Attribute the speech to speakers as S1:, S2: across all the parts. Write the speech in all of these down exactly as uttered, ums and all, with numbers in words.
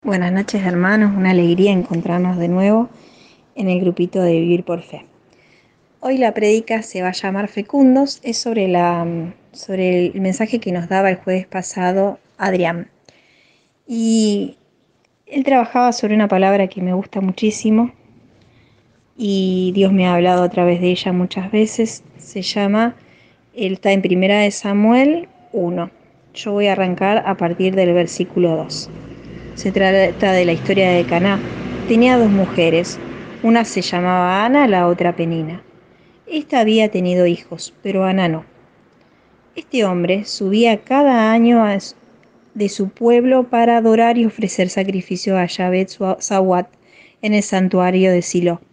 S1: Buenas noches, hermanos, una alegría encontrarnos de nuevo en el grupito de Vivir por Fe. Hoy la prédica se va a llamar Fecundos, es sobre, la, sobre el mensaje que nos daba el jueves pasado Adrián. Y él trabajaba sobre una palabra que me gusta muchísimo y Dios me ha hablado a través de ella muchas veces. Se llama, él está en Primera de Samuel uno. Yo voy a arrancar a partir del versículo dos. Se trata de la historia de Caná. Tenía dos mujeres, una se llamaba Ana, la otra Penina. Esta había tenido hijos, pero Ana no. Este hombre subía cada año de su pueblo para adorar y ofrecer sacrificio a Yahvé Sawat en el santuario de Silo.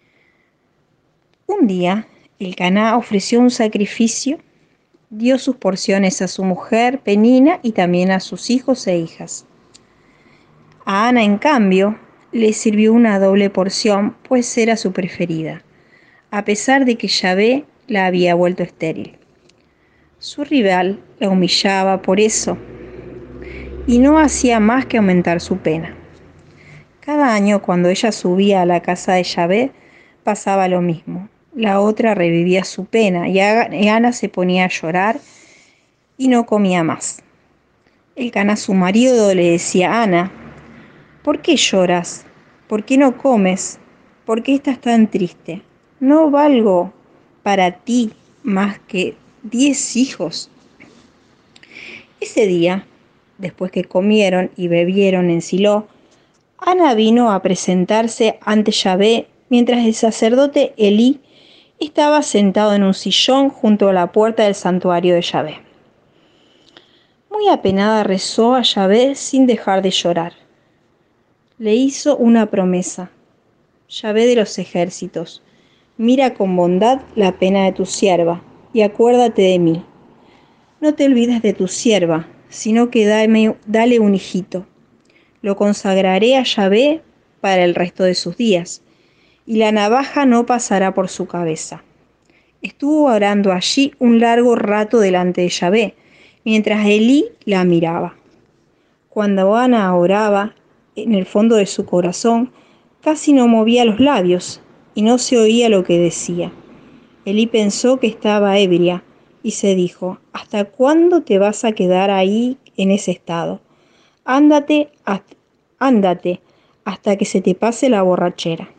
S1: Un día, el Caná ofreció un sacrificio, dio sus porciones a su mujer Penina y también a sus hijos e hijas. A Ana, en cambio, le sirvió una doble porción, pues era su preferida, a pesar de que Yahvé la había vuelto estéril. Su rival la humillaba por eso y no hacía más que aumentar su pena. Cada año, cuando ella subía a la casa de Yahvé, pasaba lo mismo. La otra revivía su pena y Ana se ponía a llorar y no comía más. El Caná, su marido, le decía: Ana, ¿por qué lloras? ¿Por qué no comes? ¿Por qué estás tan triste? ¿No valgo para ti más que diez hijos? Ese día, después que comieron y bebieron en Silo, Ana vino a presentarse ante Yahvé mientras el sacerdote Elí estaba sentado en un sillón junto a la puerta del santuario de Yahvé. Muy apenada rezó a Yahvé sin dejar de llorar. Le hizo una promesa: Yahvé de los ejércitos, mira con bondad la pena de tu sierva y acuérdate de mí. No te olvides de tu sierva, sino que dame, dale un hijito. Lo consagraré a Yahvé para el resto de sus días, y la navaja no pasará por su cabeza. Estuvo orando allí un largo rato delante de Yahvé, mientras Elí la miraba. Cuando Ana oraba, en el fondo de su corazón, casi no movía los labios y no se oía lo que decía. Elí pensó que estaba ebria y se dijo: ¿Hasta cuándo te vas a quedar ahí en ese estado? Ándate, ándate hasta que se te pase la borrachera.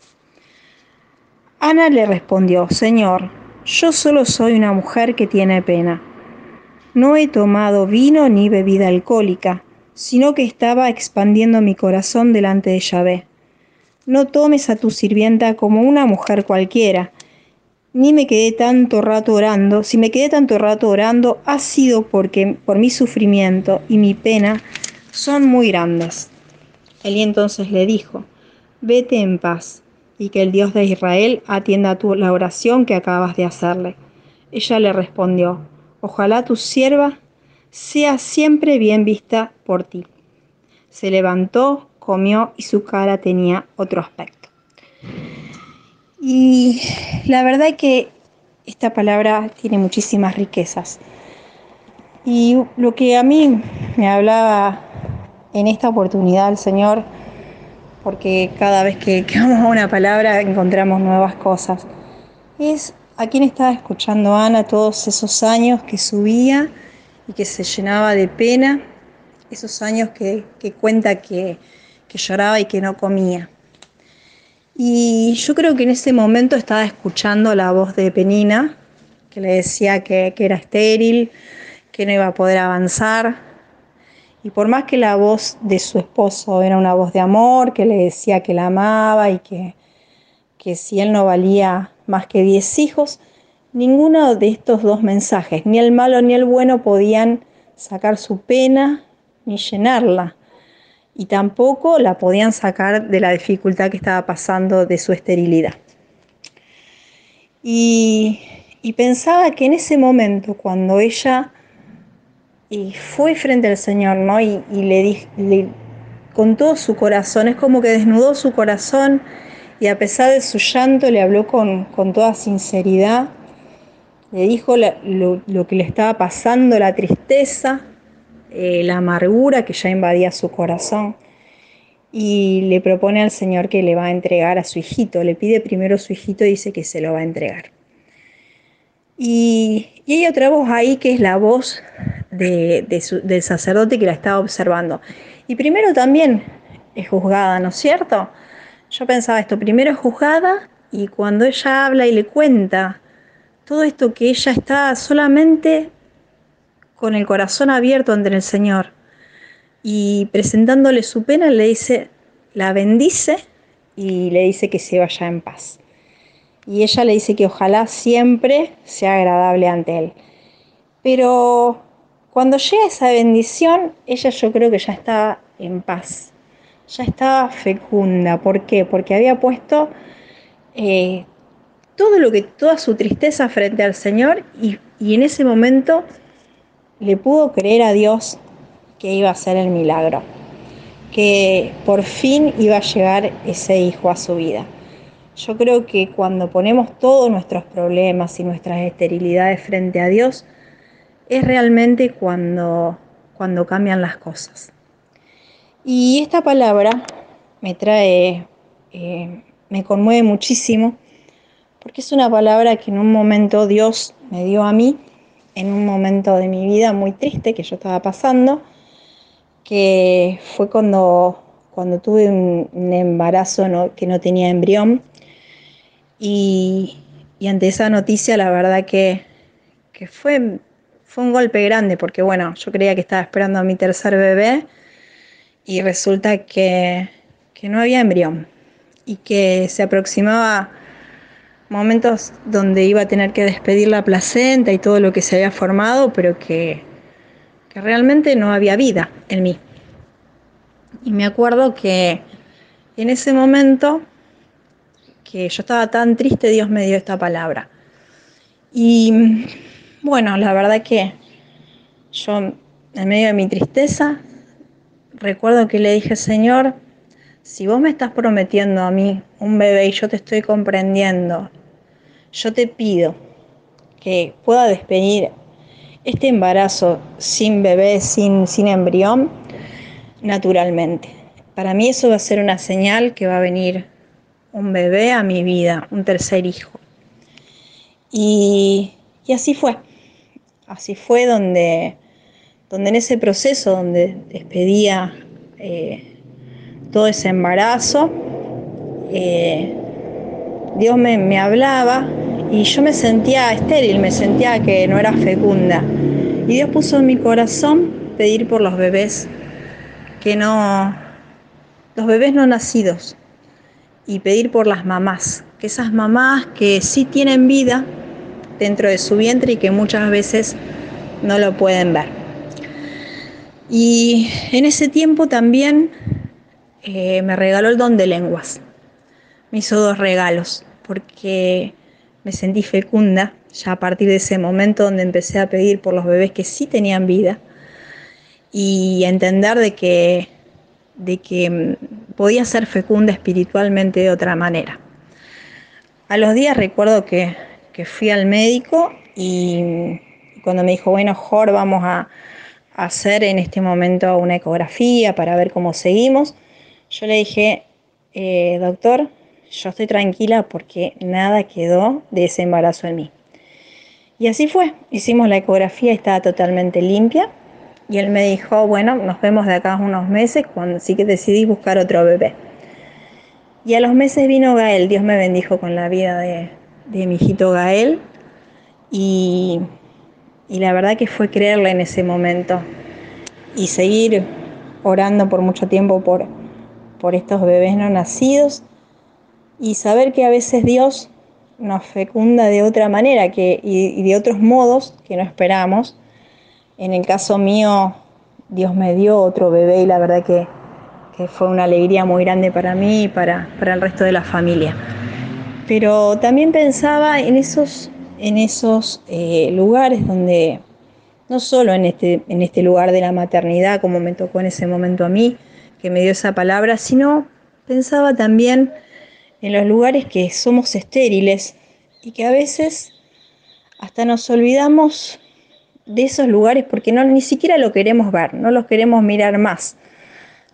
S1: Ana le respondió: Señor, yo solo soy una mujer que tiene pena. No he tomado vino ni bebida alcohólica, sino que estaba expandiendo mi corazón delante de Yahvé. No tomes a tu sirvienta como una mujer cualquiera, ni me quedé tanto rato orando. Si me quedé tanto rato orando, ha sido porque por mi sufrimiento y mi pena son muy grandes. Elí entonces le dijo: Vete en paz, y que el Dios de Israel atienda a tu, la oración que acabas de hacerle. Ella le respondió: Ojalá tu sierva sea siempre bien vista por ti. Se levantó, comió y su cara tenía otro aspecto. Y la verdad es que esta palabra tiene muchísimas riquezas. Y lo que a mí me hablaba en esta oportunidad el Señor, porque cada vez que, que vamos a una palabra encontramos nuevas cosas, es a quien estaba escuchando Ana todos esos años que subía y que se llenaba de pena, esos años que, que cuenta que, que lloraba y que no comía. Y yo creo que en ese momento estaba escuchando la voz de Penina, que le decía que, que era estéril, que no iba a poder avanzar. Y por más que la voz de su esposo era una voz de amor, que le decía que la amaba y que, que si él no valía más que diez hijos, ninguno de estos dos mensajes, ni el malo ni el bueno, podían sacar su pena ni llenarla. Y tampoco la podían sacar de la dificultad que estaba pasando de su esterilidad. Y, y pensaba que en ese momento, cuando ella y fue frente al Señor, ¿no? Y, y le, di, le con todo su corazón, es como que desnudó su corazón y a pesar de su llanto le habló con, con toda sinceridad, le dijo la, lo, lo que le estaba pasando, la tristeza, eh, la amargura que ya invadía su corazón. y le propone al Señor que le va a entregar a su hijito. Le pide primero a su hijito y dice que se lo va a entregar. Y, y hay otra voz ahí que es la voz de, de su, del sacerdote que la estaba observando. Y primero también es juzgada, ¿no es cierto? Yo pensaba esto, primero es juzgada y cuando ella habla y le cuenta todo esto que ella está solamente con el corazón abierto ante el Señor y presentándole su pena, le dice, la bendice y le dice que se vaya en paz. Y ella le dice que ojalá siempre sea agradable ante él. Pero cuando llega esa bendición, ella yo creo que ya estaba en paz, ya estaba fecunda. ¿Por qué? Porque había puesto eh, todo lo que, toda su tristeza frente al Señor y, y en ese momento le pudo creer a Dios que iba a hacer el milagro, que por fin iba a llegar ese hijo a su vida. Yo creo que cuando ponemos todos nuestros problemas y nuestras esterilidades frente a Dios, es realmente cuando, cuando cambian las cosas. Y esta palabra me trae, eh, me conmueve muchísimo, porque es una palabra que en un momento Dios me dio a mí, en un momento de mi vida muy triste que yo estaba pasando, que fue cuando, cuando tuve un, un embarazo no, que no tenía embrión. Y, y ante esa noticia, la verdad que, que fue, fue un golpe grande, porque bueno, yo creía que estaba esperando a mi tercer bebé y resulta que, que no había embrión y que se aproximaba momentos donde iba a tener que despedir la placenta y todo lo que se había formado, pero que, que realmente no había vida en mí. Y me acuerdo que en ese momento que yo estaba tan triste, Dios me dio esta palabra. Y bueno, la verdad que yo, en medio de mi tristeza, recuerdo que le dije, Señor, si vos me estás prometiendo a mí un bebé y yo te estoy comprendiendo, yo te pido que pueda despedir este embarazo sin bebé, sin, sin embrión, naturalmente. Para mí eso va a ser una señal que va a venir un bebé a mi vida, un tercer hijo. Y, y así fue. Así fue donde, donde en ese proceso, donde despedía eh, todo ese embarazo, eh, Dios me, me hablaba y yo me sentía estéril, me sentía que no era fecunda. Y Dios puso en mi corazón pedir por los bebés que no, los bebés no nacidos, y pedir por las mamás, que esas mamás que sí tienen vida dentro de su vientre y que muchas veces no lo pueden ver. Y en ese tiempo también eh, me regaló el don de lenguas. Me hizo dos regalos, porque me sentí fecunda ya a partir de ese momento donde empecé a pedir por los bebés que sí tenían vida y a entender de que, de que podía ser fecunda espiritualmente de otra manera. A los días recuerdo que, que fui al médico y cuando me dijo, bueno, Jor, vamos a, a hacer en este momento una ecografía para ver cómo seguimos, yo le dije, eh, doctor, yo estoy tranquila porque nada quedó de ese embarazo en mí. Y así fue, hicimos la ecografía, estaba totalmente limpia y él me dijo, bueno, nos vemos de acá unos meses cuando sí que decidí buscar otro bebé. Y a los meses vino Gael, Dios me bendijo con la vida de, de mi hijito Gael y, y la verdad que fue creerle en ese momento y seguir orando por mucho tiempo por, por estos bebés no nacidos y saber que a veces Dios nos fecunda de otra manera que, y, y de otros modos que no esperamos. En el caso mío, Dios me dio otro bebé y la verdad que, que fue una alegría muy grande para mí y para, para el resto de la familia. Pero también pensaba en esos, en esos eh, lugares donde, no solo en este, en este lugar de la maternidad, como me tocó en ese momento a mí, que me dio esa palabra, sino pensaba también en los lugares que somos estériles y que a veces hasta nos olvidamos de esos lugares porque no, ni siquiera lo queremos ver, no los queremos mirar más.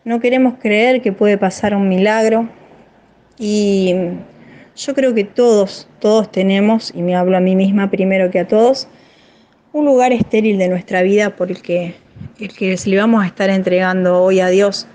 S1: no queremos creer que puede pasar un milagro. Y yo creo que todos, todos tenemos, y me hablo a mí misma primero que a todos, un lugar estéril de nuestra vida por el que, el que le vamos a estar entregando hoy a Dios.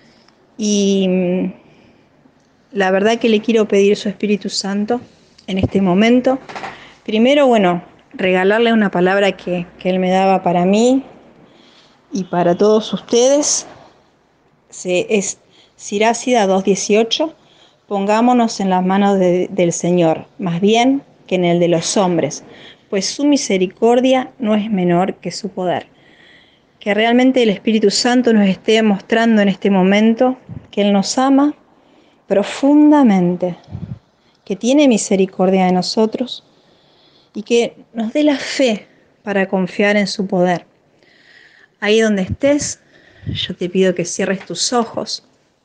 S1: Y la verdad que le quiero pedir su Espíritu Santo en este momento. Primero, bueno, regalarle una palabra que, que Él me daba para mí y para todos ustedes. Se, es Sirásida dos dieciocho. Pongámonos en las manos de, del Señor, más bien que en el de los hombres, pues su misericordia no es menor que su poder. Que realmente el Espíritu Santo nos esté mostrando en este momento que Él nos ama profundamente, que tiene misericordia de nosotros y que nos dé la fe para confiar en su poder. Ahí donde estés, yo te pido que cierres tus ojos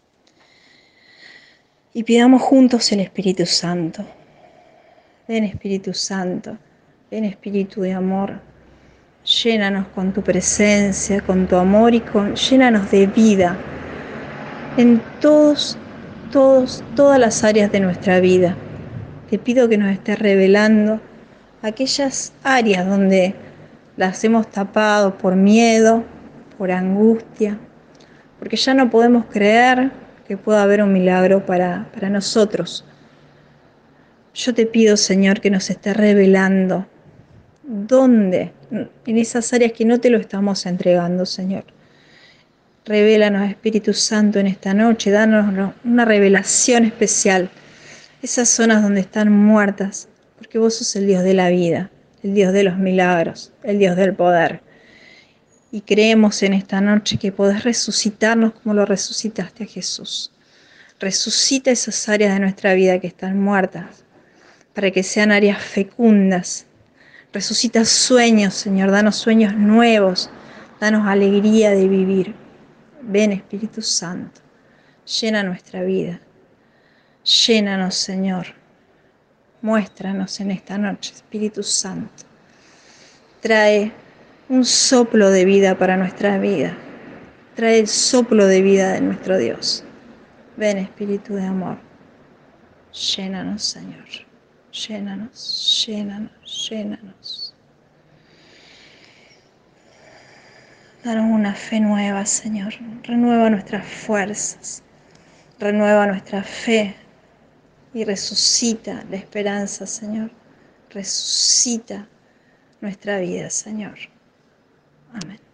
S1: y pidamos juntos el Espíritu Santo. Ven Espíritu Santo, ven Espíritu de amor, llénanos con tu presencia, con tu amor y con, llénanos de vida en todos, todos, todas las áreas de nuestra vida. Te pido que nos estés revelando aquellas áreas donde las hemos tapado por miedo, por angustia, porque ya no podemos creer que pueda haber un milagro para, para nosotros. Yo te pido, Señor, que nos estés revelando dónde, en esas áreas que no te lo estamos entregando, Señor. Revélanos, Espíritu Santo, en esta noche, danos una revelación especial. Esas zonas donde están muertas, porque vos sos el Dios de la vida, el Dios de los milagros, el Dios del poder. Y creemos en esta noche que podés resucitarnos como lo resucitaste a Jesús. Resucita esas áreas de nuestra vida que están muertas, para que sean áreas fecundas. Resucita sueños, Señor, danos sueños nuevos, danos alegría de vivir. Ven, Espíritu Santo, llena nuestra vida. Llénanos, Señor. Muéstranos en esta noche, Espíritu Santo. Trae un soplo de vida para nuestra vida. Trae el soplo de vida de nuestro Dios. Ven, Espíritu de amor. Llénanos, Señor. Llénanos, llénanos, llénanos. Danos una fe nueva, Señor. Renueva nuestras fuerzas. Renueva nuestra fe. Y resucita la esperanza, Señor. Resucita nuestra vida, Señor. Amén.